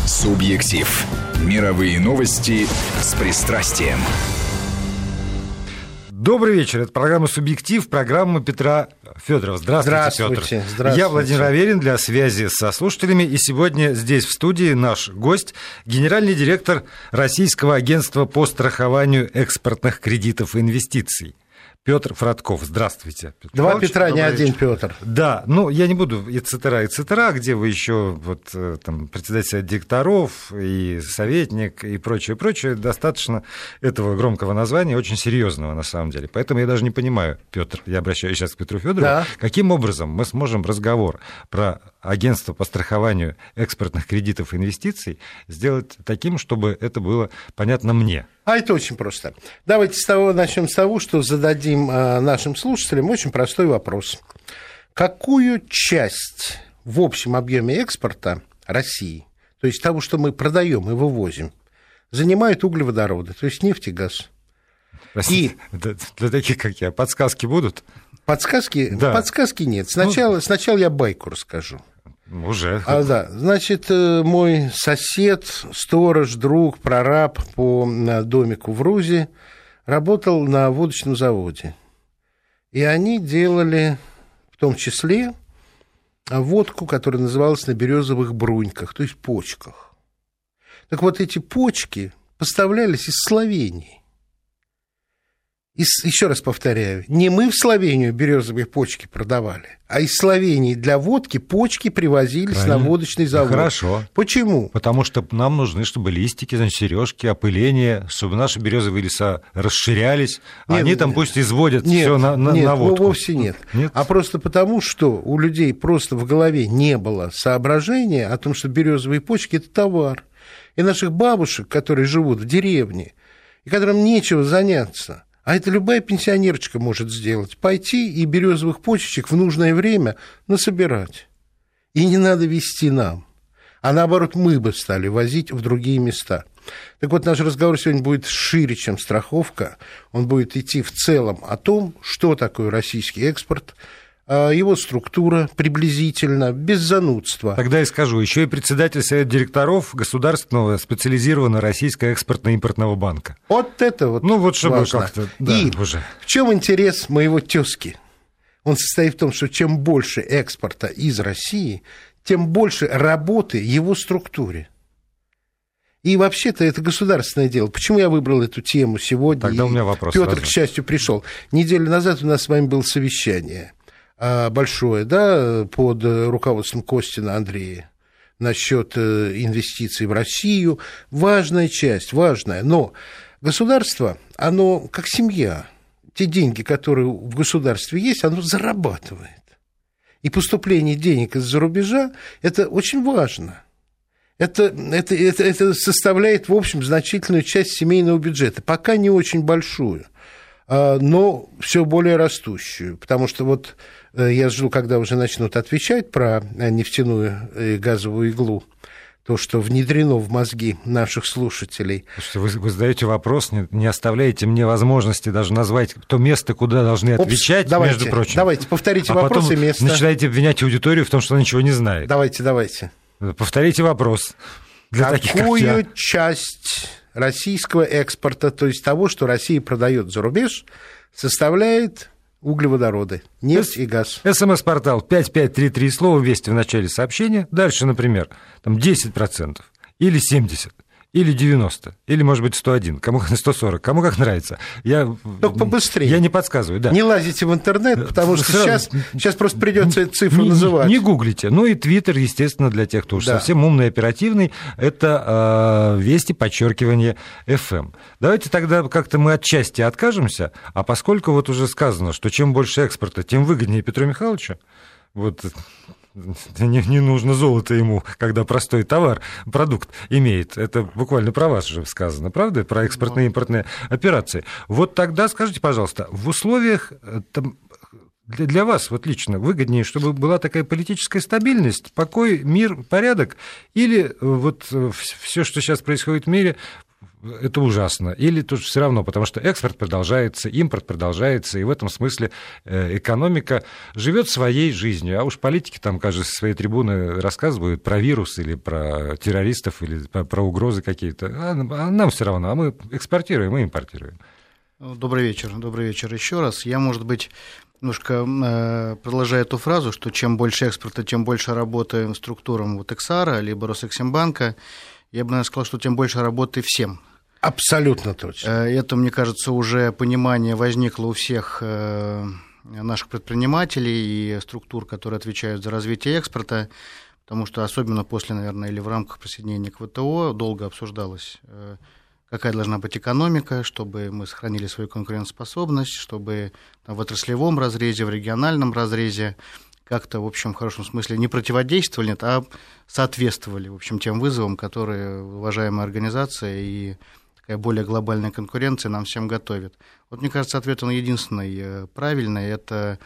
Субъектив. Мировые новости с пристрастием. Добрый вечер. Это программа «Субъектив», программа Петра Федорова. Здравствуйте, Петр. Здравствуйте. Я Владимир Аверин для связи со слушателями. И сегодня здесь, в студии, наш гость, генеральный директор Российского агентства по страхованию экспортных кредитов и инвестиций Петр Фродков. Здравствуйте, Петр Два Павлович. Петра, не один Петр. Да, ну, я не буду и цитера, где вы еще вот, там, председатель совета директоров и советник и прочее. Достаточно этого громкого названия, очень серьезного на самом деле. Поэтому я даже не понимаю, Петр, я обращаюсь сейчас к Петру Федорову, да. Каким образом мы сможем разговор про агентство по страхованию экспортных кредитов и инвестиций сделать таким, чтобы это было понятно мне? А это очень просто. Давайте начнем с того, что зададим нашим слушателям очень простой вопрос. Какую часть в общем объеме экспорта России, то есть того, что мы продаем и вывозим, занимают углеводороды, то есть нефть и газ? Простите, для таких, как я, подсказки будут? Подсказки? Да. Подсказки нет. Сначала я байку расскажу. Уже. Да. Значит, мой сосед, сторож, друг, прораб по домику в Рузе работал на водочном заводе. И они делали, в том числе, водку, которая называлась на березовых бруньках, то есть почках. Так вот, эти почки поставлялись из Словении. Еще раз повторяю, не мы в Словению березовые почки продавали, а из Словении для водки почки привозились на водочный завод. Хорошо. Почему? Потому что нам нужны, чтобы листики, значит, сережки, опыление, чтобы наши березовые леса расширялись. Они там пусть изводят все на водку. Нет, вовсе нет. А просто потому, что у людей просто в голове не было соображения о том, что березовые почки – это товар. И наших бабушек, которые живут в деревне, и которым нечего заняться, а это любая пенсионерочка может сделать. Пойти и березовых почечек в нужное время насобирать. И не надо везти нам. А наоборот, мы бы стали возить в другие места. Так вот, наш разговор сегодня будет шире, чем страховка. Он будет идти в целом о том, что такое российский экспорт, его структура приблизительно, без занудства. Тогда и скажу, еще и председатель совета директоров Государственного специализированного Российского экспортно-импортного банка. Вот это вот ну, вот чтобы важно. Как-то... Да, и уже. В чем интерес моего тезки? Он состоит в том, что чем больше экспорта из России, тем больше работы его структуре. И вообще-то это государственное дело. Почему я выбрал эту тему сегодня? Тогда у меня вопрос. Петр, к счастью, пришел. Неделю назад у нас с вами было совещание большое, да, под руководством Костина Андрея насчет инвестиций в Россию. Важная часть, важная. Но государство, оно как семья. Те деньги, которые в государстве есть, оно зарабатывает. И поступление денег из-за рубежа – это очень важно. Это составляет, в общем, значительную часть семейного бюджета. Пока не очень большую, но все более растущую. Потому что вот я жду, когда уже начнут отвечать про нефтяную и газовую иглу, то, что внедрено в мозги наших слушателей. Слушайте, вы задаете вопрос, не оставляете мне возможности даже назвать то место, куда должны отвечать, между прочим. Давайте, повторите вопрос и место. Начинаете обвинять аудиторию в том, что она ничего не знает. Давайте. Повторите вопрос. Какую часть российского экспорта, то есть того, что Россия продает за рубеж, составляет углеводороды, нефть и газ? СМС-портал 5533, слово «Вести» в начале сообщения. Дальше, например, там 10% или 70%. Или 90, или, может быть, 101, кому 140, кому как нравится. Только побыстрее. Я не подсказываю, да. Не лазите в интернет, потому что сейчас просто придется эту цифру называть. Не гуглите. Ну и Твиттер, естественно, для тех, кто уж совсем умный и оперативный, это Вести, подчеркивание, FM. Давайте тогда как-то мы отчасти откажемся, а поскольку вот уже сказано, что чем больше экспорта, тем выгоднее Петру Михайловичу, вот... Не нужно золото ему, когда простой товар, продукт имеет. Это буквально про вас же сказано, правда? Про экспортные и импортные операции. Вот тогда скажите, пожалуйста, в условиях... Для вас вот лично выгоднее, чтобы была такая политическая стабильность, покой, мир, порядок, или вот все, что сейчас происходит в мире, это ужасно, или тут все равно, потому что экспорт продолжается, импорт продолжается, и в этом смысле экономика живет своей жизнью, а уж политики там, кажется, со своей трибуны рассказывают про вирус или про террористов, или про угрозы какие-то, а нам все равно, а мы экспортируем и импортируем. Добрый вечер еще раз. Я, может быть, немножко продолжаю эту фразу, что чем больше экспорта, тем больше работы структурам вот Эксара, либо Росэксимбанка, я бы, наверное, сказал, что тем больше работы всем. Абсолютно точно. Это, мне кажется, уже понимание возникло у всех наших предпринимателей и структур, которые отвечают за развитие экспорта, потому что особенно после, наверное, или в рамках присоединения к ВТО долго обсуждалось, какая должна быть экономика, чтобы мы сохранили свою конкурентоспособность, чтобы в отраслевом разрезе, в региональном разрезе как-то, в общем, в хорошем смысле не противодействовали, а соответствовали, в общем, тем вызовам, которые уважаемая организация и такая более глобальная конкуренция нам всем готовит. Вот, мне кажется, ответ он единственный правильный – это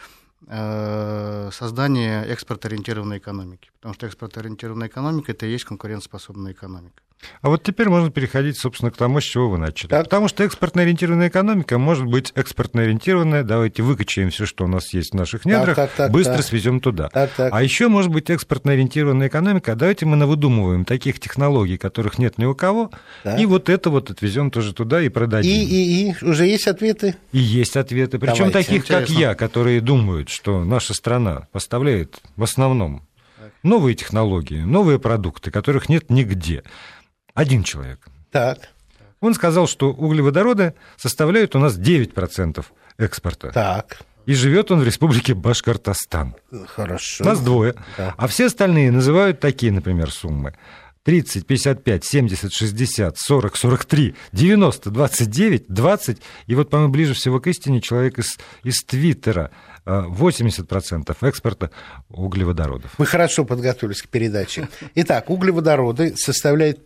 создание экспортоориентированной экономики, потому что экспортоориентированная экономика – это и есть конкурентоспособная экономика. А вот теперь можно переходить, собственно, к тому, с чего вы начали. Так. Потому что экспортно-ориентированная экономика может быть экспортно-ориентированная. Давайте выкачаем все, что у нас есть в наших недрах, быстро свезем туда. А еще может быть экспортно-ориентированная экономика. Давайте мы навыдумываем таких технологий, которых нет ни у кого, и вот это вот отвезем тоже туда и продадим. И уже есть ответы? И есть ответы. Причем таких, как я, которые думают, что наша страна поставляет в основном новые технологии, новые продукты, которых нет нигде. Один человек. Так. Он сказал, что углеводороды составляют у нас 9% экспорта. Так. И живет он в республике Башкортостан. Хорошо. Нас двое. Да. А все остальные называют такие, например, суммы. 30, 55, 70, 60, 40, 43, 90, 29, 20. И вот, по-моему, ближе всего к истине человек из Твиттера. 80% экспорта углеводородов. Мы хорошо подготовились к передаче. Итак, углеводороды составляют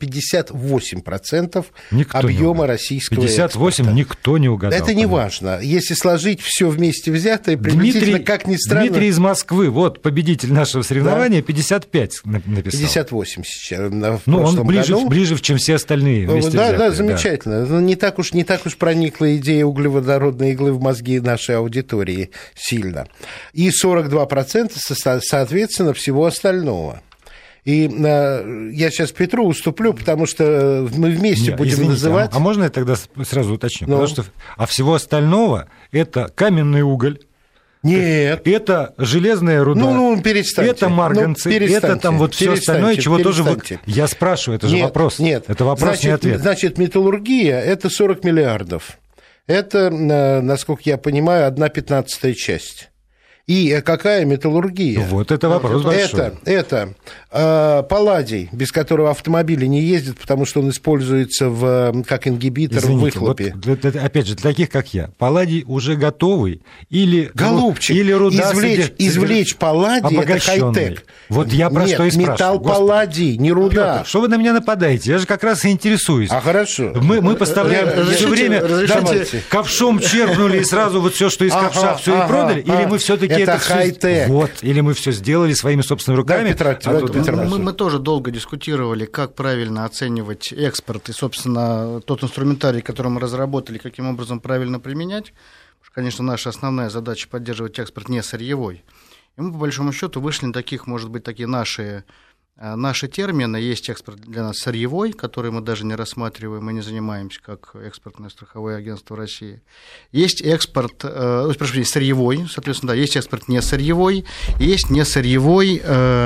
58% объема российского 58 экспорта. Никто не угадал. Это не важно. Если сложить все вместе взятое, приблизительно, как ни странно... Дмитрий из Москвы, вот победитель нашего соревнования, 55 написал. 58 сейчас. Он ближе, чем все остальные вместе взятые. Да, замечательно. Да. Не так уж проникла идея углеводородной иглы в мозги нашей аудитории сильно. И 42% соответственно всего остального. И я сейчас Петру уступлю, потому что мы вместе будем называть... А можно я тогда сразу уточню? Потому что, всего остального это каменный уголь. Нет. Это железная руда. Перестаньте. Это марганцы. Это там вот все остальное, чего тоже... Я спрашиваю, это же вопрос. Нет. Это вопрос, не ответ. Значит, металлургия – это 40 миллиардов. Это, насколько я понимаю, 1/15 часть. И какая металлургия? Вот это вопрос большой. Это палладий, без которого автомобили не ездят, потому что он используется как ингибитор в выхлопе. Вот, опять же, для таких, как я, палладий уже готовый или... Голубчик, или руда извлечь палладий – это хай-тек. Вот я про что и спрашиваю. Металл палладий, не руда. Петр, что вы на меня нападаете? Я же как раз и интересуюсь. Хорошо. Мы поставляем все время... Ковшом черпнули и сразу вот все, что из ковша, все и продали? Или мы все-таки это хай-тек. Вот, или мы все сделали своими собственными руками. Мы тоже долго дискутировали, как правильно оценивать экспорт и, собственно, тот инструментарий, который мы разработали, каким образом правильно применять. Потому что, конечно, наша основная задача поддерживать экспорт не сырьевой. И мы, по большому счету, вышли на таких, может быть, такие наши термины. Есть экспорт для нас сырьевой, который мы даже не рассматриваем и не занимаемся, как экспортное страховое агентство России. Есть экспорт, сырьевой, соответственно, да, есть экспорт не сырьевой, есть не сырьевой,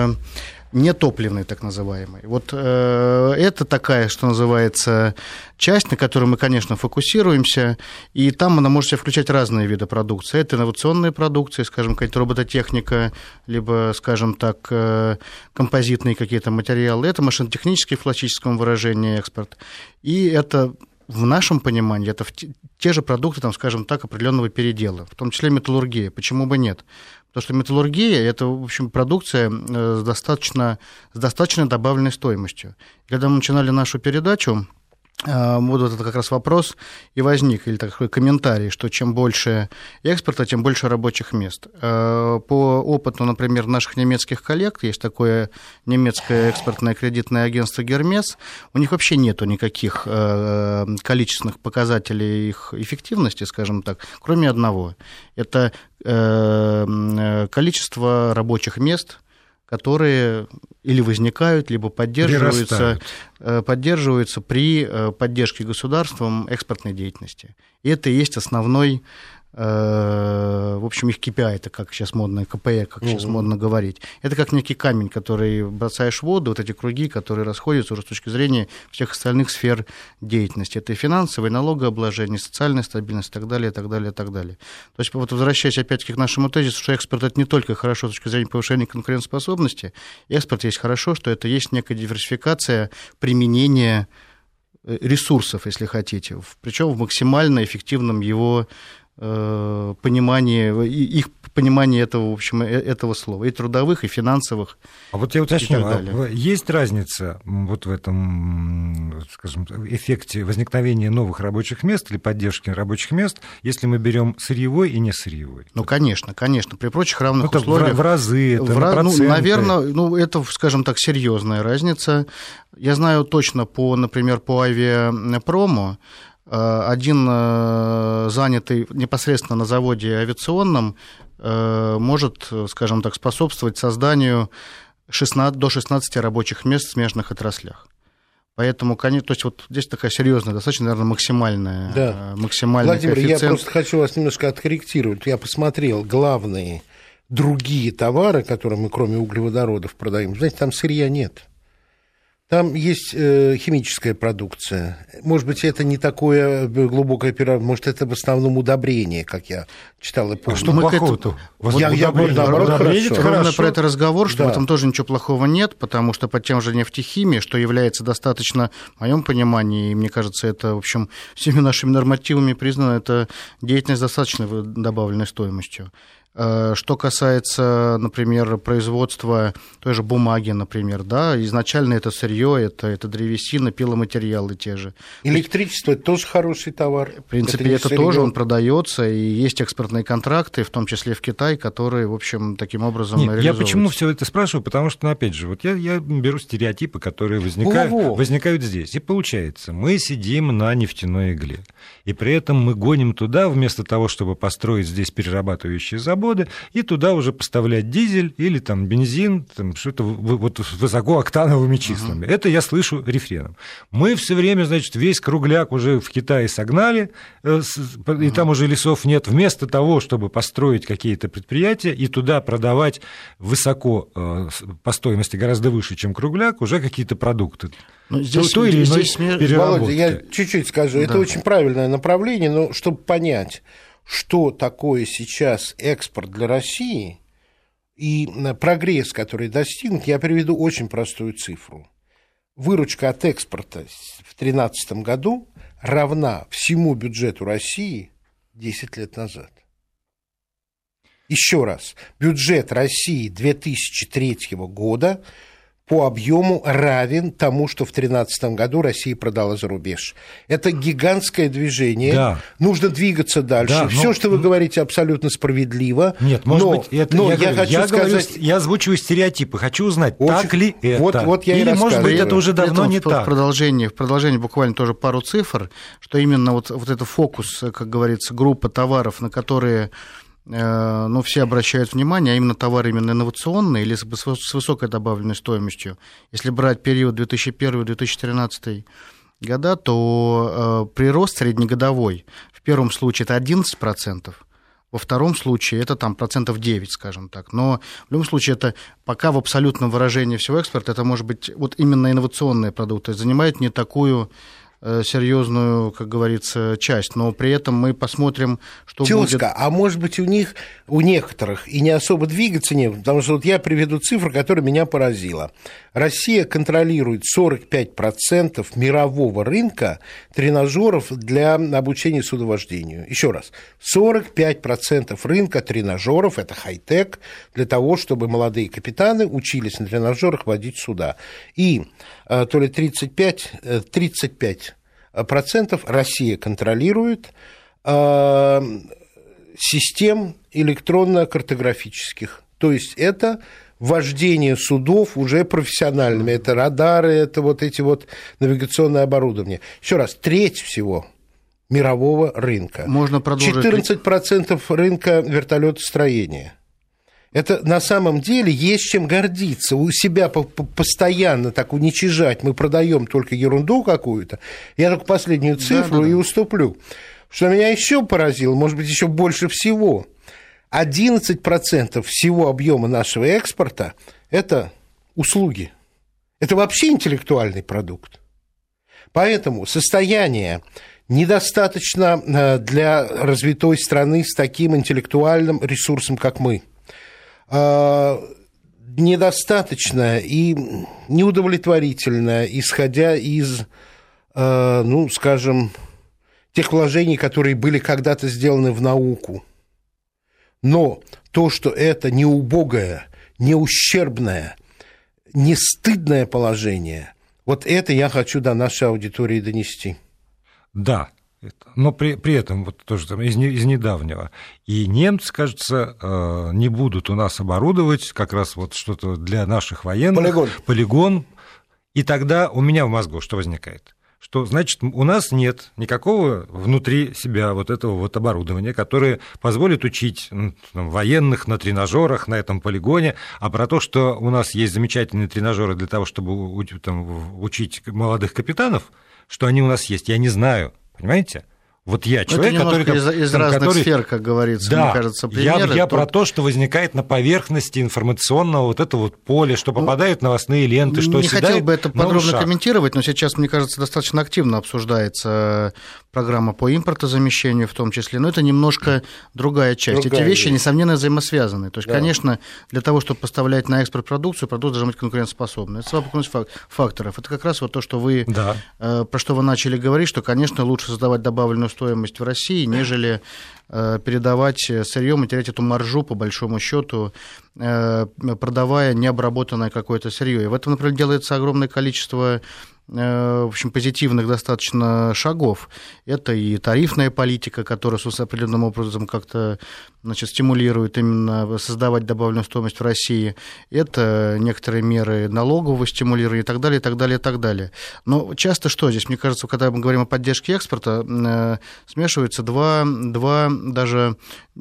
не топливный, так называемый. Вот это такая, что называется, часть, на которую мы, конечно, фокусируемся, и там она может включать разные виды продукции. Это инновационные продукции, скажем, какая-то робототехника, либо, скажем так, композитные какие-то материалы. Это машинотехнический в классическом выражении экспорт. И это, в нашем понимании, это те же продукты, там, скажем так, определенного передела, в том числе металлургия. Почему бы нет? Потому что металлургия – это, в общем, продукция с достаточно добавленной стоимостью. Когда мы начинали нашу передачу, вот это как раз вопрос и возник, или такой комментарий, что чем больше экспорта, тем больше рабочих мест. По опыту, например, наших немецких коллег, есть такое немецкое экспортное кредитное агентство «Гермес», у них вообще нету никаких количественных показателей их эффективности, скажем так, кроме одного. Это количество рабочих мест, которые или возникают, либо поддерживаются при поддержке государством экспортной деятельности. И это и есть основной, в общем, их KPI, это как сейчас модно, КПЭ, как сейчас модно говорить. Это как некий камень, который бросаешь в воду, вот эти круги, которые расходятся уже с точки зрения всех остальных сфер деятельности. Это и финансовое, и налогообложение, и социальная стабильность, и так далее, и так далее, и так далее. То есть, вот возвращаясь опять-таки к нашему тезису, что экспорт – это не только хорошо с точки зрения повышения конкурентоспособности, экспорт есть хорошо, что это есть некая диверсификация применения ресурсов, если хотите, причем в максимально эффективном его понимание, их понимание этого, в общем, этого слова, и трудовых, и финансовых. А вот я уточню, есть разница вот в этом, скажем, эффекте возникновения новых рабочих мест или поддержки рабочих мест, если мы берем сырьевой и не сырьевой? Ну, конечно, при прочих равных условиях. В разы, это на проценты. Наверное, это, скажем так, серьезная разница. Я знаю точно, например, по авиапрому, один занятый непосредственно на заводе авиационном может, скажем так, способствовать созданию до 16 рабочих мест в смежных отраслях. Поэтому, конечно, то есть вот здесь такая серьезная, достаточно, наверное, максимальный Владимир, коэффициент. Я просто хочу вас немножко откорректировать. Я посмотрел главные другие товары, которые мы кроме углеводородов продаем. Знаете, там сырья нет. Там есть химическая продукция. Может быть, это не такое глубокое пирамида, может, это в основном удобрение, как я читал и помню. А что плохого-то? Ровно про это разговор, что в этом тоже ничего плохого нет, потому что под тем же нефтехимией, что является достаточно, в моем понимании, и мне кажется, это, в общем, всеми нашими нормативами признано, это деятельность достаточно добавленной стоимостью. Что касается, например, производства той же бумаги, например, да, изначально это сырье, это древесина, пиломатериалы те же. Электричество – это тоже хороший товар. В принципе, это тоже, он продается, и есть экспортные контракты, в том числе в Китай, которые, в общем, таким образом реализовываются. Я почему все это спрашиваю? Потому что, опять же, вот я беру стереотипы, которые возникают здесь. И получается, мы сидим на нефтяной игле, и при этом мы гоним туда, вместо того, чтобы построить здесь перерабатывающие заводы, и туда уже поставлять дизель или там бензин, там, что-то вот высокооктановыми числами. Это я слышу рефреном. Мы все время, значит, весь кругляк уже в Китае согнали, и там уже лесов нет, вместо того, чтобы построить какие-то предприятия и туда продавать высоко, по стоимости гораздо выше, чем кругляк, уже какие-то продукты. Здесь, Володя, я чуть-чуть скажу. Да. Это очень правильное направление, но чтобы понять, что такое сейчас экспорт для России и прогресс, который достигнут, я приведу очень простую цифру. Выручка от экспорта в 2013 году равна всему бюджету России 10 лет назад. Еще раз, бюджет России 2003 года по объему равен тому, что в 2013 году Россия продала за рубеж. Это гигантское движение. Да. Нужно двигаться дальше. Да, все, что вы говорите, абсолютно справедливо. Нет, может быть, это, я озвучиваю стереотипы. Хочу узнать, так ли это. Вот я или, может быть, это уже давно не так. В продолжении буквально тоже пару цифр, что именно вот это фокус, как говорится, группа товаров, на которые все обращают внимание, а именно товары именно инновационные или с высокой добавленной стоимостью. Если брать период 2001-2013 года, то прирост среднегодовой в первом случае это 11%, во втором случае это там 9%, скажем так. Но в любом случае это пока в абсолютном выражении всего экспорта, это может быть вот именно инновационные продукты, занимают не такую серьезную, как говорится, часть, но при этом мы посмотрим, что будет... А может быть, у некоторых и не особо двигаться не будет, потому что вот я приведу цифру, которая меня поразила. Россия контролирует 45% мирового рынка тренажеров для обучения судовождению. Еще раз, 45% рынка тренажеров, это хай-тек, для того, чтобы молодые капитаны учились на тренажерах водить суда. И то ли 35 Россия контролирует систем электронно-картографических. То есть это вождение судов уже профессиональными. Это радары, это вот эти вот навигационное оборудование. Еще раз, треть всего мирового рынка. Можно продолжить. 14% рынка вертолетостроения. Это на самом деле есть чем гордиться. У себя постоянно так уничижать, мы продаем только ерунду какую-то. Я только последнюю цифру и уступлю. Что меня еще поразило, может быть, еще больше всего, 11% всего объема нашего экспорта – это услуги. Это вообще интеллектуальный продукт. Поэтому состояние недостаточно для развитой страны с таким интеллектуальным ресурсом, как мы. Недостаточно и неудовлетворительно, исходя из, ну, скажем, тех вложений, которые были когда-то сделаны в науку. Но то, что это не убогое, не ущербное, не стыдное положение, вот это я хочу до нашей аудитории донести. Да, но при этом вот тоже там, из недавнего. И немцы, кажется, не будут у нас оборудовать как раз вот что-то для наших военных. Полигон. И тогда у меня в мозгу что возникает? Что, значит, у нас нет никакого внутри себя вот этого вот оборудования, которое позволит учить военных на тренажерах на этом полигоне, а про то, что у нас есть замечательные тренажеры для того, чтобы учить молодых капитанов, что они у нас есть, я не знаю, понимаете? Вот я человек, который... из разных сфер, как говорится, да, мне кажется, примеры. Я про то, что возникает на поверхности информационного вот этого вот поля, что попадают новостные ленты, что не хотел бы это подробно комментировать, но сейчас, мне кажется, достаточно активно обсуждается программа по импортозамещению в том числе, но это немножко другая часть. Эти вещи, несомненно, взаимосвязаны. То есть, конечно, для того, чтобы поставлять на экспорт продукцию, продукт должен быть конкурентоспособный. Это совокупность факторов. Это как раз вот то, что вы, про что вы начали говорить, что, конечно, лучше создавать добавленную стоимость в России, нежели передавать сырьем и терять эту маржу, по большому счету, продавая необработанное какое-то сырье. И в этом, например, делается огромное количество, в общем, позитивных достаточно шагов. Это и тарифная политика, которая с определенным образом как-то, значит, стимулирует именно создавать добавленную стоимость в России. Это некоторые меры налогового стимулирования и так далее, и так далее, и так далее. Но часто что здесь? Мне кажется, когда мы говорим о поддержке экспорта, смешиваются два даже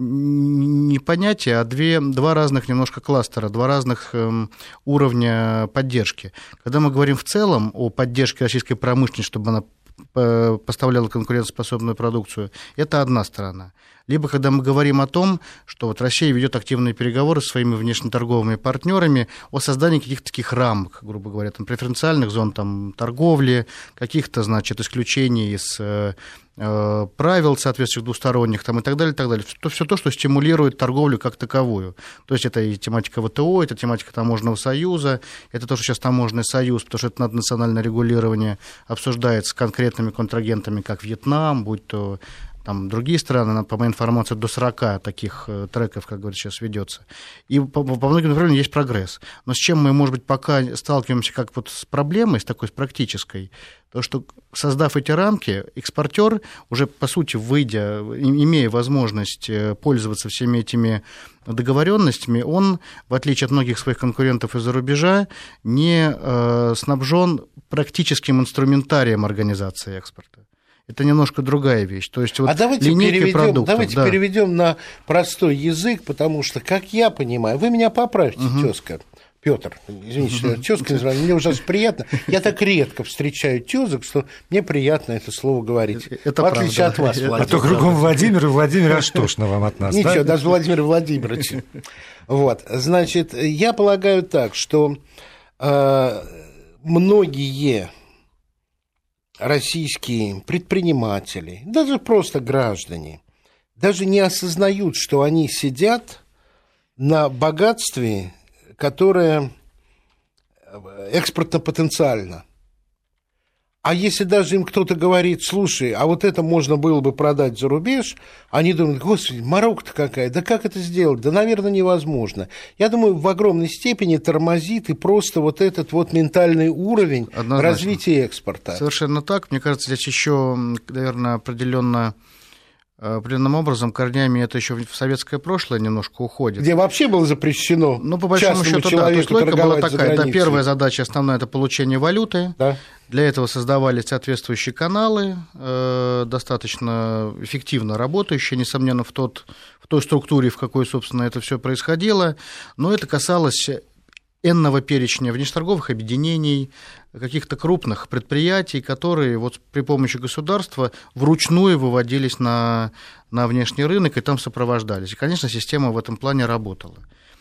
не понятия, а два разных немножко кластера, два разных уровня поддержки. Когда мы говорим в целом о поддержке российской промышленности, чтобы она поставляла конкурентоспособную продукцию, это одна сторона. Либо когда мы говорим о том, что вот Россия ведет активные переговоры со своими внешнеторговыми партнерами о создании каких-то таких рамок, грубо говоря, там, преференциальных зон там, торговли, каких-то, значит, исключений из правил, соответствующих двусторонних там, и так далее, и так далее. Все то, что стимулирует торговлю как таковую. То есть это и тематика ВТО, это тематика таможенного союза, это то, что сейчас таможенный союз, потому что это наднациональное регулирование обсуждается с конкретными контрагентами, как Вьетнам, будь то там другие страны, по моей информации, до 40 таких треков, как говорится, сейчас ведется. И по многим направлениям есть прогресс. Но с чем мы, может быть, пока сталкиваемся как вот с проблемой, с такой, с практической, то, что, создав эти рамки, экспортер, уже, по сути, выйдя, имея возможность пользоваться всеми этими договоренностями, он, в отличие от многих своих конкурентов из-за рубежа, не снабжен практическим инструментарием организации экспорта. Это немножко другая вещь. То есть, вот давайте переведем на простой язык, потому что, как я понимаю, вы меня поправьте, тезка. Петр, извините, что я тезка называю, мне ужасно приятно. Я так редко встречаю тезок, что мне приятно это слово говорить. Это в отличие от вас, Владимир. А то кругом Владимир, аж тошно вам от нас. Ничего, даже Владимир Владимирович. Вот, значит, я полагаю так, что многие российские предприниматели, даже просто граждане, даже не осознают, что они сидят на богатстве, которое экспортно-потенциально. А если даже им кто-то говорит, слушай, а вот это можно было бы продать за рубеж, они думают, господи, морока-то какая, да как это сделать? Да, наверное, невозможно. Я думаю, в огромной степени тормозит и просто вот этот вот ментальный уровень развития экспорта. Совершенно так. Мне кажется, здесь еще, наверное, определенным образом корнями это еще в советское прошлое немножко уходит. Где вообще было запрещено по большому счету, да. То есть логика была такая. Да, первая задача основная – это получение валюты. Да. Для этого создавались соответствующие каналы, достаточно эффективно работающие, несомненно, в той структуре, в какой, собственно, это все происходило. Но это касалось энного перечня внешторговых объединений, каких-то крупных предприятий, которые вот при помощи государства вручную выводились на внешний рынок и там сопровождались. И, конечно, система в этом плане работала.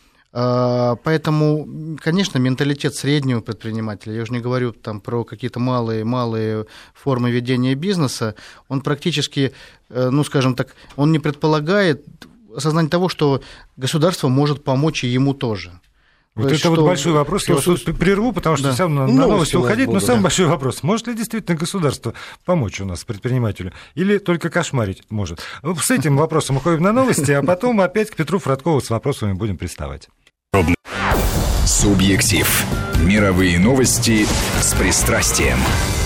Поэтому, конечно, менталитет среднего предпринимателя, я уже не говорю там про какие-то малые формы ведения бизнеса, он практически, скажем так, он не предполагает осознание того, что государство может помочь и ему тоже. Вот это вот большой вопрос, я вас тут прерву, потому что сам на новости уходить, но самый большой вопрос, может ли действительно государство помочь у нас предпринимателю, или только кошмарить может? С этим вопросом уходим на новости, а потом опять к Петру Фродкову с вопросами будем приставать. Субъектив. Мировые новости с пристрастием.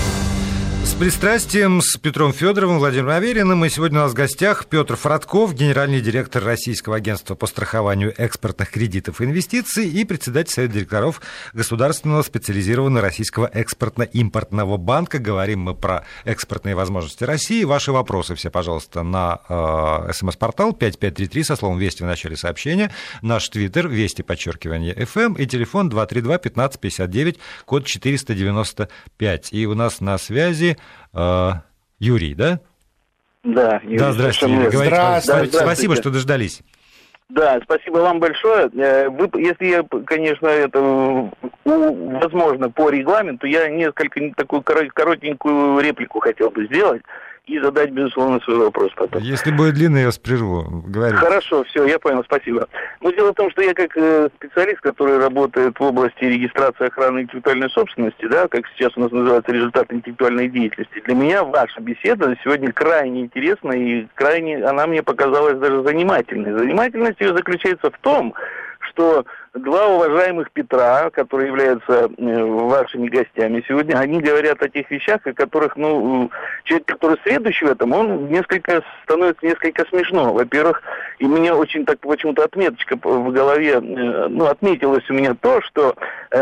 С пристрастием с Петром Федоровым, Владимиром Авериным. И сегодня у нас в гостях Петр Фродков, генеральный директор Российского агентства по страхованию экспортных кредитов и инвестиций и председатель совета директоров Государственного специализированного российского экспортно-импортного банка. Говорим мы про экспортные возможности России. Ваши вопросы все, пожалуйста, на СМС-портал 5533 со словом «Вести» в начале сообщения. Наш твиттер _Вести_ФМ и телефон 232-1559, код 495. И у нас на связи Юрий, да? Да, Юрий. Да, здравствуйте, Юрий. Здравствуйте. Спасибо, что дождались. Да, спасибо вам большое. Если я, конечно, это возможно по регламенту, я несколько такую коротенькую реплику хотел бы сделать и задать, безусловно, свой вопрос потом. Если будет длинный, я вас прерву. Говорите. Хорошо, все, я понял, спасибо. Но дело в том, что я как специалист, который работает в области регистрации охраны интеллектуальной собственности, да, как сейчас у нас называется результат интеллектуальной деятельности, для меня ваша беседа сегодня крайне интересна и крайне, она мне показалась даже занимательной. Занимательность ее заключается в том, что два уважаемых Петра, которые являются вашими гостями сегодня, они говорят о тех вещах, о которых, человек, который следующий в этом, он становится несколько смешно. Во-первых, и мне очень так почему-то отметочка в голове, отметилось у меня то, что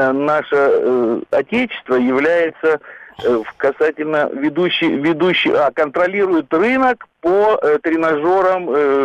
наше Отечество является касательно контролирует рынок по тренажерам,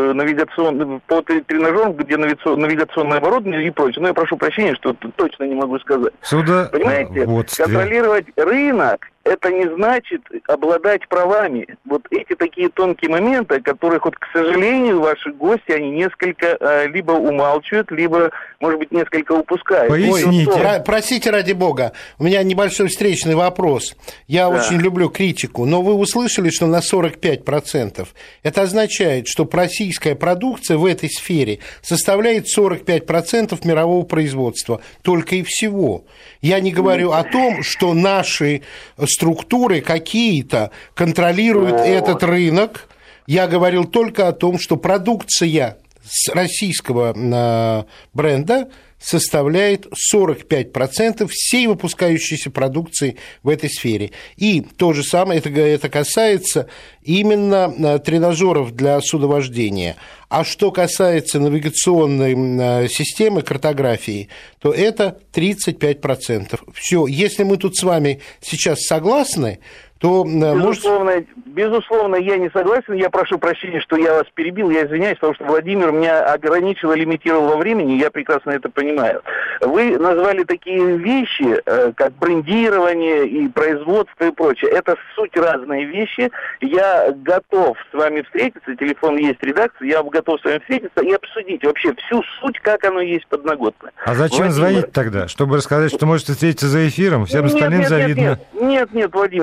где навигационное оборудование и прочее. Но я прошу прощения, что точно не могу сказать. Понимаете, контролировать рынок – это не значит обладать правами. Вот эти такие тонкие моменты, которых, к сожалению, ваши гости, они несколько либо умалчивают, либо, может быть, несколько упускают. Поясните. Простите, ради бога, у меня небольшой встречный вопрос. Я очень люблю критику, но вы услышали, что на 45%. Это означает, что российская продукция в этой сфере составляет 45% мирового производства. Только и всего. Я не говорю о том, что наши структуры какие-то контролируют этот рынок. Я говорил только о том, что продукция с российского бренда составляет 45% всей выпускающейся продукции в этой сфере. И то же самое, это касается именно тренажеров для судовождения. А что касается навигационной системы, картографии, то это 35%. Все, если мы тут с вами сейчас согласны, то... Безусловно, я не согласен. Я прошу прощения, что я вас перебил. Я извиняюсь, потому что Владимир меня ограничил и лимитировал во времени. Я прекрасно это понимаю. Вы назвали такие вещи, как брендирование и производство и прочее. Это суть разные вещи. Я готов с вами встретиться. Телефон есть редакция. Я готов с вами встретиться и обсудить вообще всю суть, как оно есть подноготно. А зачем звонить тогда? Чтобы рассказать, что можете встретиться за эфиром? Всем остальным завидно. Нет, Владимир,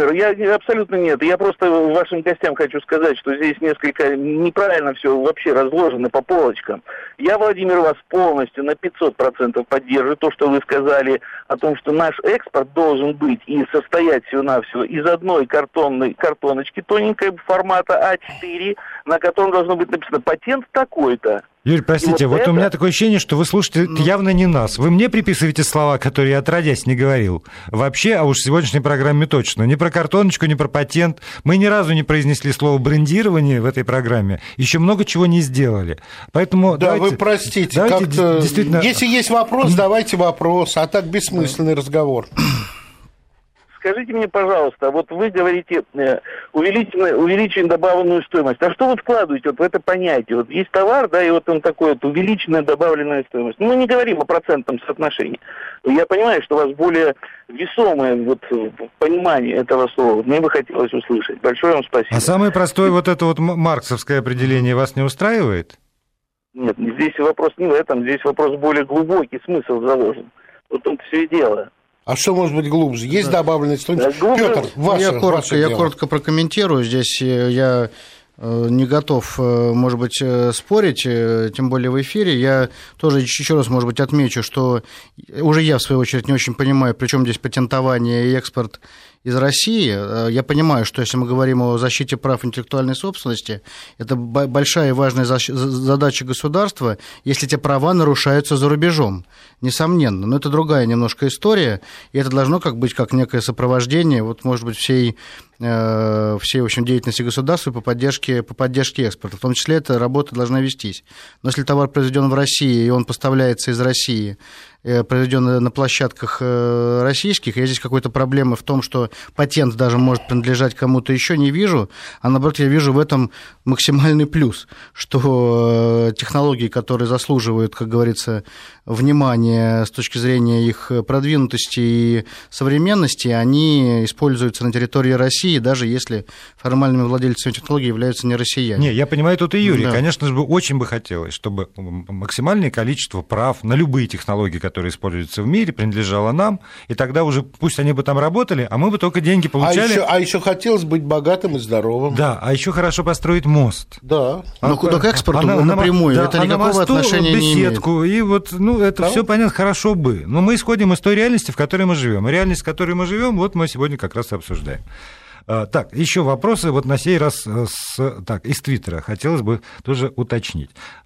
абсолютно нет. Я просто вашим гостям хочу сказать, что здесь несколько неправильно все вообще разложено по полочкам. Я, Владимир, вас полностью на 500% поддерживаю. То, что вы сказали о том, что наш экспорт должен быть и состоять всего-навсего из одной картоночки тоненькой формата А4, на котором должно быть написано «патент такой-то». Юрий, простите, вот у меня такое ощущение, что вы слушаете явно не нас. Вы мне приписываете слова, которые я отродясь не говорил. Вообще, а уж в сегодняшней программе точно. Ни про картоночку, ни про патент. Мы ни разу не произнесли слово брендирование в этой программе. Еще много чего не сделали. Поэтому да, давайте, вы простите. Давайте действительно... Если есть вопрос, давайте вопрос. А так бессмысленный разговор. Скажите мне, пожалуйста, вот вы говорите увеличим добавленную стоимость. А что вы вкладываете вот в это понятие? Вот есть товар, да, и вот он такой вот увеличенная добавленная стоимость. Мы не говорим о процентном соотношении. Я понимаю, что у вас более весомое вот понимание этого слова. Мне бы хотелось услышать. Большое вам спасибо. А самое простое вот это вот марксовское определение вас не устраивает? Нет, здесь вопрос не в этом. Здесь вопрос более глубокий, смысл заложен. Вот тут все и дело. А что может быть глубже? Есть добавленная стоимость? Да, Петр, я коротко прокомментирую. Здесь я не готов, может быть, спорить, тем более в эфире. Я тоже еще раз, может быть, отмечу, что уже я, в свою очередь, не очень понимаю, при чем здесь патентование и экспорт из России. Я понимаю, что если мы говорим о защите прав интеллектуальной собственности, это большая и важная задача государства, если эти права нарушаются за рубежом, несомненно. Но это другая немножко история, и это должно быть как некое сопровождение, вот, может быть, всей в общем, деятельности государства по поддержке экспорта. В том числе эта работа должна вестись. Но если товар произведен в России, и он поставляется из России, произведен на площадках российских, я здесь какой-то проблемы в том, что патент даже может принадлежать кому-то еще, не вижу, а наоборот, я вижу в этом максимальный плюс, что технологии, которые заслуживают, как говорится, внимания с точки зрения их продвинутости и современности, они используются на территории России, даже если формальными владельцами технологий являются не россияне. Не, я понимаю, тут и Юрий. Да. Конечно же, очень бы хотелось, чтобы максимальное количество прав на любые технологии, которые используются в мире, принадлежало нам, и тогда уже пусть они бы там работали, а мы бы только деньги получали. А еще хотелось быть богатым и здоровым. Да, а еще хорошо построить мост. Да. Но куда к экспорту напрямую, да, это никакого отношения беседку, не имеет. И вот, это все понятно, хорошо бы. Но мы исходим из той реальности, в которой мы живем. И реальность, в которой мы живем, вот мы сегодня как раз и обсуждаем. Так, еще вопросы вот на сей раз из Твиттера. Хотелось бы тоже уточнить.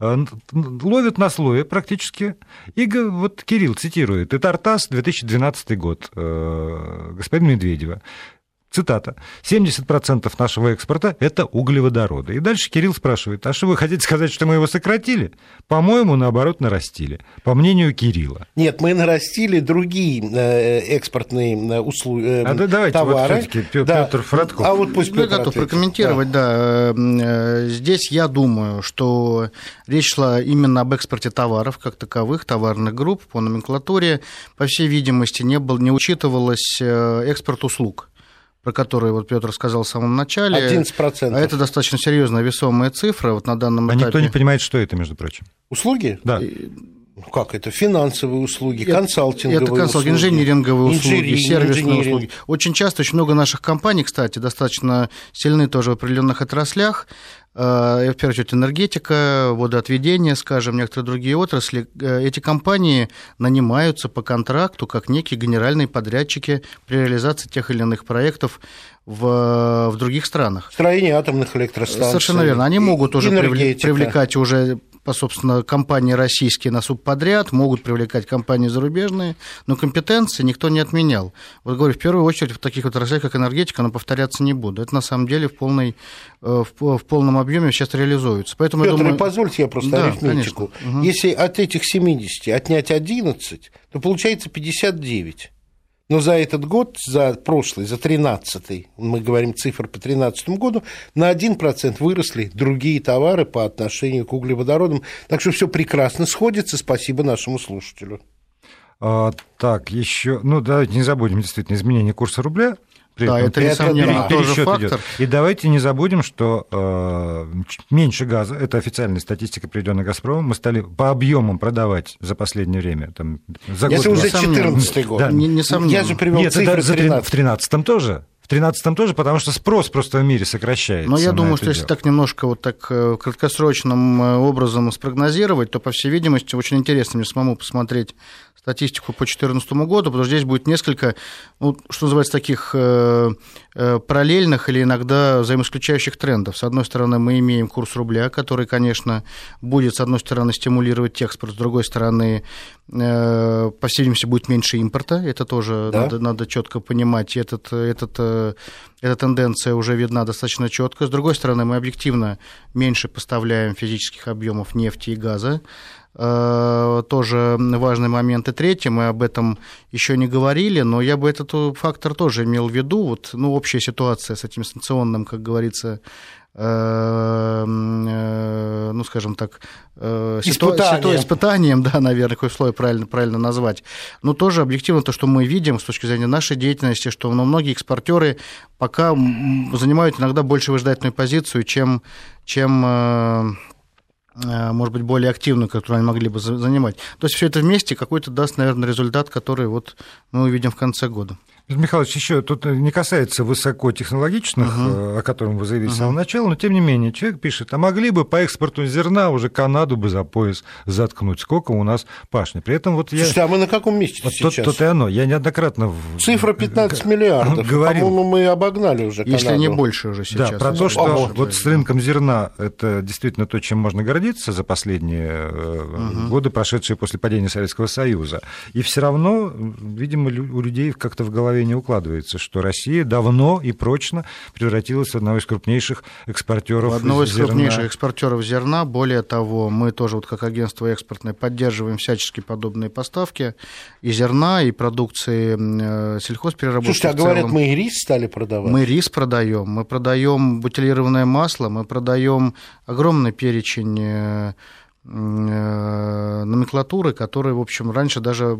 Ловят на слове практически. И вот Кирилл цитирует. И Тартас, 2012 год, господина Медведева. Цитата. 70% нашего экспорта – это углеводороды. И дальше Кирилл спрашивает, а что вы хотите сказать, что мы его сократили? По-моему, наоборот, нарастили. По мнению Кирилла. Нет, мы нарастили другие экспортные услуги, давайте товары. Вот все-таки Петр Фродков. А вот пусть Петр готов прокомментировать, да. Здесь я думаю, что речь шла именно об экспорте товаров как таковых, товарных групп по номенклатуре. По всей видимости, не учитывалось экспорт услуг, про которые вот Петр сказал в самом начале. 11%. А это достаточно серьезная весомая цифра вот на данном этапе. А никто не понимает, что это, между прочим. Услуги? Да. Как это? Финансовые услуги, консалтинговые услуги. Инжиниринговые услуги, сервисные услуги. Очень часто, очень много наших компаний, кстати, достаточно сильны тоже в определенных отраслях. В первую очередь энергетика, водоотведение, скажем, некоторые другие отрасли. Эти компании нанимаются по контракту как некие генеральные подрядчики при реализации тех или иных проектов в других странах. Строение атомных электростанций. Совершенно верно. Они могут уже привлекать уже, собственно, компании российские на субподряд, могут привлекать компании зарубежные, но компетенции никто не отменял. Вот говорю, в первую очередь в таких вот отраслях, как энергетика, она повторяться не будет. Это на самом деле в полном объеме сейчас реализуется. Поэтому, Петр, я думаю... позвольте я просто арифметику. Угу. Если от этих 70 отнять 11, то получается 59. Но за этот год, за прошлый, за 13-й, мы говорим цифр по 2013 году, на 1% выросли другие товары по отношению к углеводородам. Так что все прекрасно сходится. Спасибо нашему слушателю. Так, еще, давайте не забудем действительно изменение курса рубля. Да, это, несомненно, тоже фактор. Идет. И давайте не забудем, что меньше газа, это официальная статистика, приведенная «Газпромом», мы стали по объемам продавать за последнее время. За это год уже 14-й год. Да. Несомненно. Я же привел цифры 13. В 13-м тоже. В 2013 тоже, потому что спрос просто в мире сокращается. Но я думаю, что если так немножко вот так краткосрочным образом спрогнозировать, то, по всей видимости, очень интересно мне самому посмотреть статистику по 2014 году, потому что здесь будет несколько, ну, что называется, таких параллельных или иногда взаимоисключающих трендов. С одной стороны, мы имеем курс рубля, который, конечно, будет, с одной стороны, стимулировать экспорт, с другой стороны, по всей видимости, будет меньше импорта. Это тоже надо четко понимать. Эта тенденция уже видна достаточно четко. С другой стороны, мы объективно меньше поставляем физических объемов нефти и газа. Тоже важный момент. И третье, мы об этом еще не говорили, но я бы этот фактор тоже имел в виду. Вот, ну, общая ситуация с этим санкционным, как говорится, ну, скажем так, испытанием, да, наверное, какое слово правильно назвать. Но тоже объективно то, что мы видим с точки зрения нашей деятельности, что многие экспортеры пока занимают иногда больше выжидательную позицию, чем может быть, более активную, которую они могли бы занимать. То есть все это вместе какой-то даст, наверное, результат, который вот мы увидим в конце года. Виктор Михайлович, еще тут не касается высокотехнологичных, о котором вы заявили с самого начала, но тем не менее человек пишет, а могли бы по экспорту зерна уже Канаду бы за пояс заткнуть, сколько у нас пашни. При этом вот Слушайте, а мы на каком месте вот сейчас? То-то и оно. Я неоднократно цифра 15 миллиардов. По-моему, мы обогнали уже Канаду. Если не больше уже сейчас. Да, про то, что вот с рынком зерна это действительно то, чем можно гордиться за последние годы, прошедшие после падения Советского Союза. И все равно, видимо, у людей как-то в голове не укладывается, что Россия давно и прочно превратилась в одного из крупнейших экспортеров зерна. Одного из крупнейших экспортеров зерна. Более того, мы тоже, вот как агентство экспортное, поддерживаем всячески подобные поставки и зерна, и продукции сельхозпереработки. Слушайте, а говорят, мы и рис стали продавать? Мы рис продаем, мы продаем бутилированное масло, мы продаем огромный перечень номенклатуры, которые, в общем, раньше даже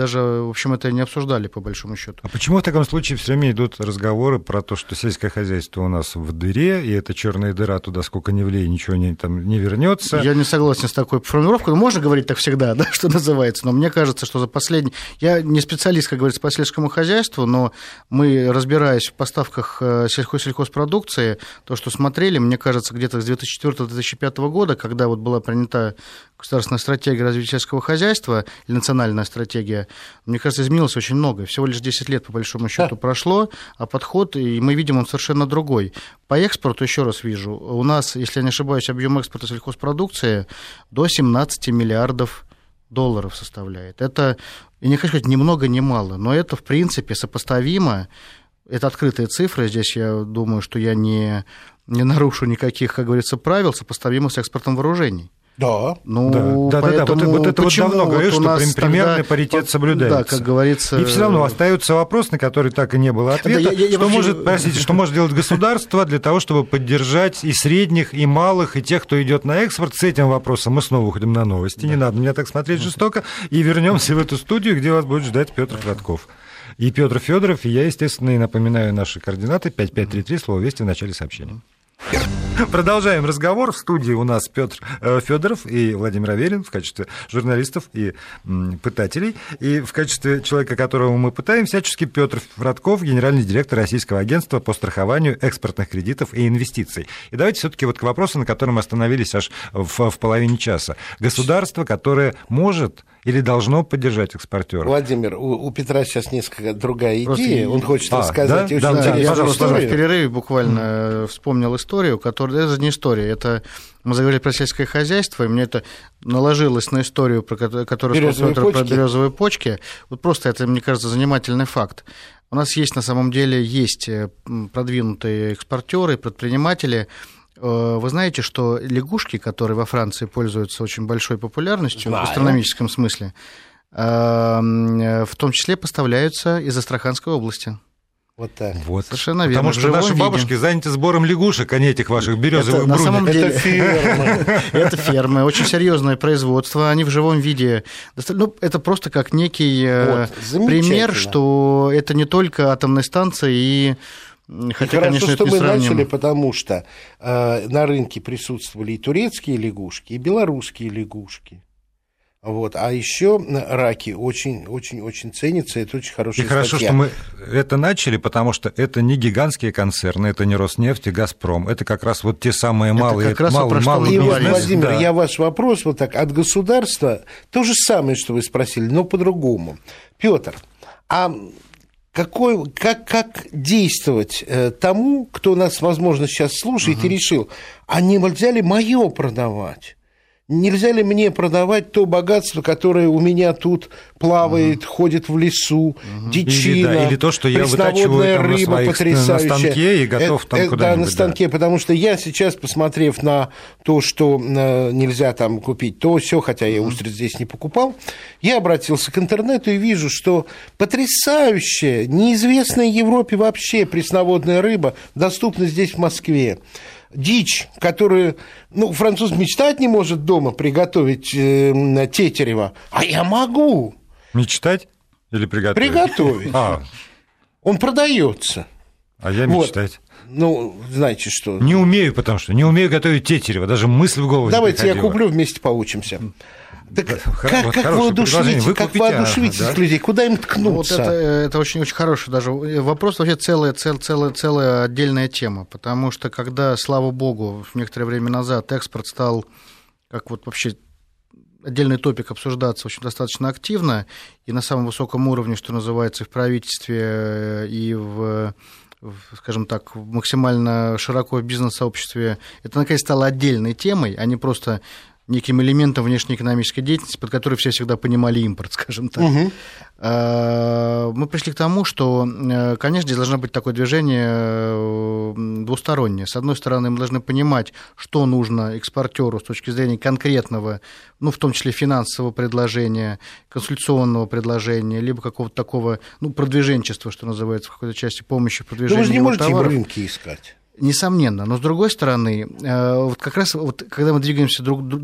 в общем, это не обсуждали, по большому счету. А почему в таком случае все время идут разговоры про то, что сельское хозяйство у нас в дыре, и эта черная дыра, туда сколько ни влей, ничего там не вернется? Я не согласен с такой формулировкой. Ну, можно говорить так всегда, да, что называется, но мне кажется, что за последний... Я не специалист, как говорится, по сельскому хозяйству, но мы, разбираясь в поставках сельхозпродукции, то, что смотрели, мне кажется, где-то с 2004-2005 года, когда вот была принята государственная стратегия развития сельского хозяйства или национальная стратегия, мне кажется, изменилось очень много. Всего лишь 10 лет, по большому счету, прошло, а подход, и мы видим, он совершенно другой. По экспорту, еще раз вижу, у нас, если я не ошибаюсь, объем экспорта сельхозпродукции до 17 миллиардов долларов составляет. Это, я не хочу сказать, ни много, ни мало, но это, в принципе, сопоставимо. Это открытые цифры, здесь я думаю, что я не нарушу никаких, как говорится, правил, сопоставимо с экспортом вооружений. Да. Ну, да. Вот это вот давно говорю, что примерный паритет соблюдается. Да, как говорится. И все равно остается вопрос, на который так и не было ответа. Что может делать государство для того, чтобы поддержать и средних, и малых, и тех, кто идет на экспорт? С этим вопросом мы снова уходим на новости. Да. Не надо меня так смотреть жестоко. И вернемся в эту студию, где вас будет ждать Петр Фродков. И Петр Федоров, и я, естественно, и напоминаю наши координаты 5533, слово «Вести» в начале сообщения. Продолжаем разговор. В студии у нас Петр Федоров и Владимир Аверин в качестве журналистов и пытателей. И в качестве человека, которого мы пытаем, всячески Петр Фродков, генеральный директор Российского агентства по страхованию экспортных кредитов и инвестиций. И давайте все-таки вот к вопросу, на котором остановились аж в половине часа. Государство, которое может или должно поддержать экспортеров. Владимир, у Петра сейчас несколько другая идея. Он хочет рассказать очень интересную историю. В перерыве буквально вспомнил историю, которая... Это не история, это... Мы заговорили про сельское хозяйство, и мне это наложилось на историю, которую сказал Петр про березовые почки. Вот просто это, мне кажется, занимательный факт. У нас есть, на самом деле, есть продвинутые экспортеры, предприниматели. Вы знаете, что лягушки, которые во Франции пользуются очень большой популярностью в астрономическом смысле, в том числе поставляются из Астраханской области. Вот так. Вот. Совершенно верно. Потому что наши бабушки заняты сбором лягушек, а не этих ваших березовых бруней. На самом деле, это фермы. Это фермы, очень серьезное производство, они в живом виде. Ну, это просто как некий пример, что это не только атомные станции и... Хотя, хорошо, конечно, что это мы начали, потому что на рынке присутствовали и турецкие лягушки, и белорусские лягушки. Вот. А еще раки очень ценятся, это очень хорошая статья. И хорошо, что мы это начали, потому что это не гигантские концерны, это не Роснефть и Газпром, это как раз вот те самые малые бизнес. Владимир, я ваш вопрос вот так, от государства, то же самое, что вы спросили, но по-другому. Петр, а как действовать тому, кто нас, возможно, сейчас слушает и решил, а не нельзя ли моё продавать? Нельзя ли мне продавать то богатство, которое у меня тут плавает, ходит в лесу, дичина, или то, что я вытачиваю там рыба потрясающая. На станке и готов там куда-нибудь. Да, на станке, потому что я сейчас, посмотрев на то, что нельзя там купить, то все, хотя я устриц здесь не покупал, я обратился к интернету и вижу, что потрясающая, неизвестная Европе вообще пресноводная рыба доступна здесь, в Москве. Дичь, которую, француз мечтать не может дома приготовить тетерева, а я могу. Мечтать или приготовить? Приготовить. Он продается. А я мечтать. Знаете что? Не умею, потому что не умею готовить тетерева, даже мысль в голову Давайте не приходила. я куплю, вместе поучимся. Так как вы одушевите этих людей? Куда им ткнуться? Это очень-очень хороший даже вопрос, вообще целая отдельная тема, потому что когда, слава богу, некоторое время назад экспорт стал как вот вообще отдельный топик обсуждаться очень достаточно активно и на самом высоком уровне, что называется, и в правительстве, и скажем так, максимально широко в бизнес-сообществе, это наконец стало отдельной темой, а не просто неким элементом внешнеэкономической деятельности, под который все всегда понимали импорт, скажем так. Мы пришли к тому, что, конечно, здесь должно быть такое движение двустороннее. С одной стороны, мы должны понимать, что нужно экспортеру с точки зрения конкретного, в том числе финансового предложения, консультационного предложения, либо какого-то такого, продвиженчества, что называется, в какой-то части помощи в продвижении товаров. Вы же не можете товаров. Им рынки искать. Несомненно, но с другой стороны, вот как раз когда мы двигаемся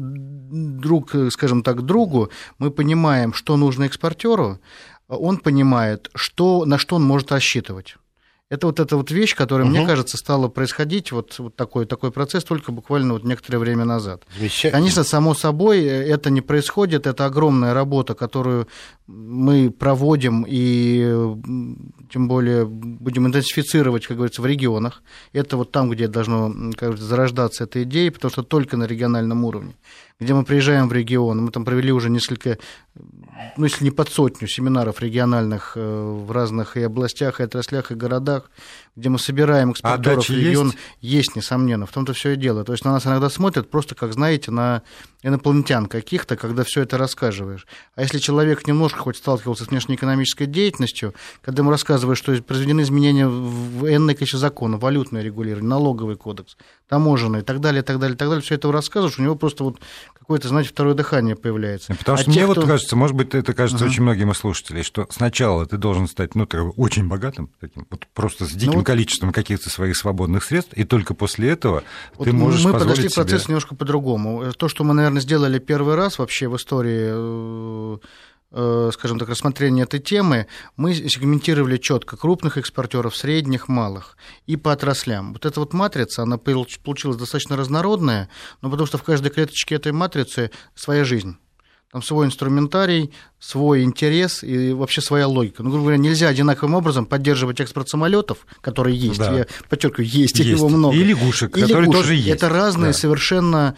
скажем так, к другу, мы понимаем, что нужно экспортеру, он понимает, на что он может рассчитывать. Это вот вещь, которая, мне кажется, стала происходить, вот такой процесс только буквально некоторое время назад. Конечно, само собой, это не происходит, это огромная работа, которую мы проводим и тем более будем интенсифицировать, как говорится, в регионах. Это вот там, где должно, зарождаться эта идея, потому что только на региональном уровне, где мы приезжаем в регион, мы там провели уже несколько, если не под сотню семинаров региональных в разных и областях, и отраслях, и городах, где мы собираем экспортеров в регион. Есть, несомненно, в том-то все и дело. То есть на нас иногда смотрят просто, как, знаете, на инопланетян каких-то, когда все это рассказываешь. А если человек немножко хоть сталкивался с внешнеэкономической деятельностью, когда ему рассказываешь, что произведены изменения в энное количество законов, валютное регулирование, налоговый кодекс, таможенный и так далее, все это рассказываешь, у него просто какое-то, знаете, второе дыхание появляется. Потому что мне кажется, может быть, это кажется очень многим из слушателей, что сначала ты должен стать, очень богатым, таким, просто с диким количеством каких-то своих свободных средств, и только после этого ты можешь позволить себе... Мы подошли к процессу немножко по-другому. То, что мы, наверное, сделали первый раз вообще в истории, скажем так, рассмотрения этой темы, мы сегментировали четко крупных экспортеров, средних, малых и по отраслям. Вот эта матрица, она получилась достаточно разнородная, но потому что в каждой клеточке этой матрицы своя жизнь. Там свой инструментарий, свой интерес и вообще своя логика. Грубо говоря, нельзя одинаковым образом поддерживать экспорт самолетов, которые есть. Да. Я подчеркиваю, есть его много. И лягушек, которые тоже есть. Это разные совершенно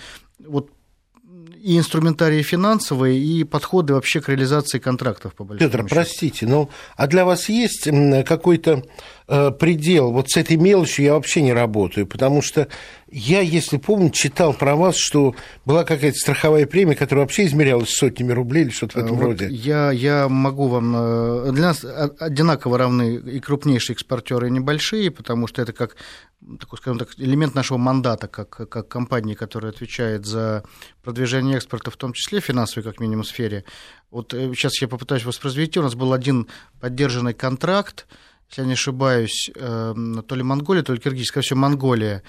и инструментарии финансовые, и подходы вообще к реализации контрактов, по большому счету. Петр, простите, а для вас есть какой-то предел? Вот с этой мелочью я вообще не работаю, потому что я, если помню, читал про вас, что была какая-то страховая премия, которая вообще измерялась сотнями рублей или что-то в этом роде. Я могу вам... Для нас одинаково равны и крупнейшие экспортеры, и небольшие, потому что это как, скажем так, элемент нашего мандата, как компании, которая отвечает за продвижение экспорта, в том числе в финансовой, как минимум, сфере. Вот сейчас я попытаюсь воспроизвести. У нас был один поддержанный контракт, если я не ошибаюсь, то ли Монголия, то ли Киргизия, скорее всего, Монголия,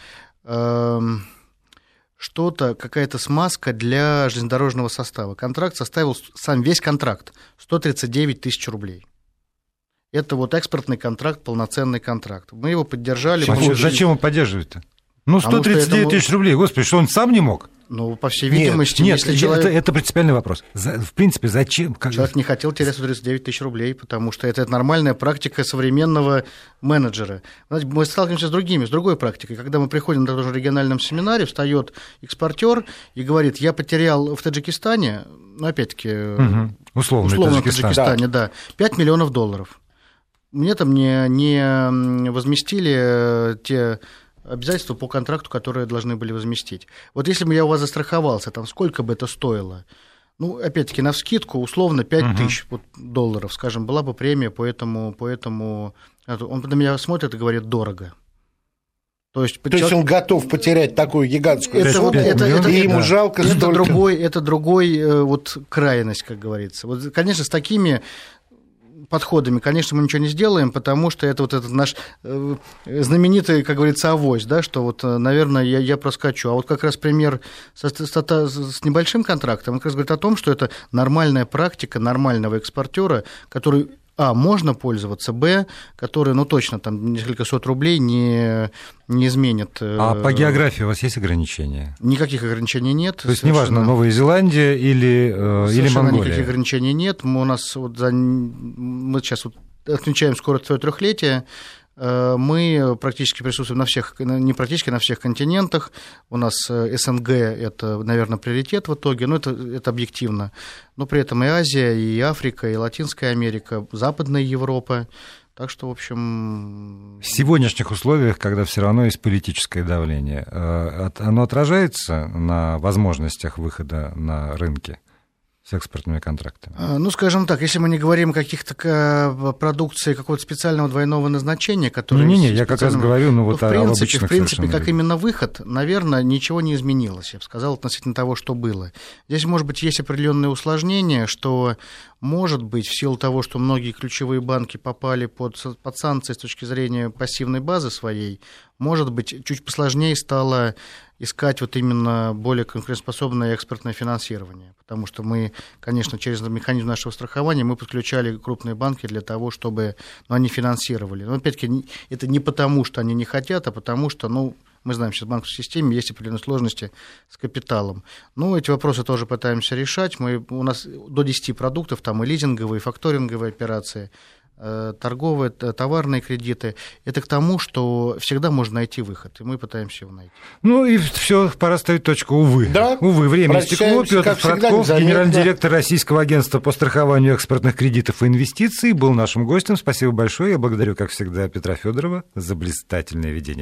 какая-то смазка для железнодорожного состава. Контракт составил, весь контракт, 139 тысяч рублей. Это экспортный контракт, полноценный контракт. Мы его поддержали. Зачем его поддерживать-то? 139 тысяч рублей, господи, что он сам не мог? Ну, по всей видимости, нет, если человек... это принципиальный вопрос. В принципе, зачем? Человек не хотел терять 139 тысяч рублей, потому что это нормальная практика современного менеджера. Знаете, мы сталкиваемся с другой практикой. Когда мы приходим на том же региональном семинаре, встает экспортер и говорит, я потерял в Таджикистане, ну, опять-таки, условно в Таджикистане, да, 5 миллионов долларов. Мне там не возместили те обязательства по контракту, которые должны были возместить. Вот если бы я у вас застраховался, там сколько бы это стоило? Ну, опять-таки, навскидку, условно, 5 тысяч долларов, скажем, была бы премия по этому... Он на меня смотрит и говорит, дорого. То есть он готов потерять такую гигантскую сумму, и ему жалко столько... Это другой вот крайность, как говорится. Вот, конечно, с такими подходами, конечно, мы ничего не сделаем, потому что это вот этот наш знаменитый, как говорится, авось, да, что вот, наверное, я проскочу. А вот как раз пример с небольшим контрактом, он как раз говорит о том, что это нормальная практика нормального экспортера, который, можно пользоваться, который, ну, точно, там, несколько сот рублей не изменит. А по географии у вас есть ограничения? Никаких ограничений нет. То есть, неважно, Новая Зеландия или Монголия? Никаких ограничений нет. Мы сейчас отмечаем скоро свое 3-летие. Мы практически присутствуем на всех континентах. У нас СНГ – это, наверное, приоритет в итоге, но это объективно. Но при этом и Азия, и Африка, и Латинская Америка, Западная Европа. Так что, в общем... В сегодняшних условиях, когда все равно есть политическое давление, оно отражается на возможностях выхода на рынки с экспортными контрактами? Ну, скажем так, если мы не говорим о каких-то продукции какого-то специального двойного назначения, которые... я как раз говорю, об обычных. В принципе, как именно выход, наверное, ничего не изменилось, я бы сказал, относительно того, что было. Здесь, может быть, есть определенные усложнения, что, может быть, в силу того, что многие ключевые банки попали под санкции с точки зрения пассивной базы своей, может быть, чуть посложнее стало искать вот именно более конкурентоспособное экспортное финансирование, потому что мы, конечно, через механизм нашего страхования мы подключали крупные банки для того, чтобы они финансировали. Но, опять-таки, это не потому, что они не хотят, а потому что, мы знаем, сейчас в банковской системе есть определенные сложности с капиталом. Эти вопросы тоже пытаемся решать. У нас до 10 продуктов, там и лизинговые, и факторинговые операции, торговые, товарные кредиты. Это к тому, что всегда можно найти выход, и мы пытаемся его найти. И все, пора ставить точку, увы. Да? Увы, время истекло. Петр Фродков, генеральный директор Российского агентства по страхованию экспортных кредитов и инвестиций, был нашим гостем. Спасибо большое. Я благодарю, как всегда, Петра Федорова за блистательное ведение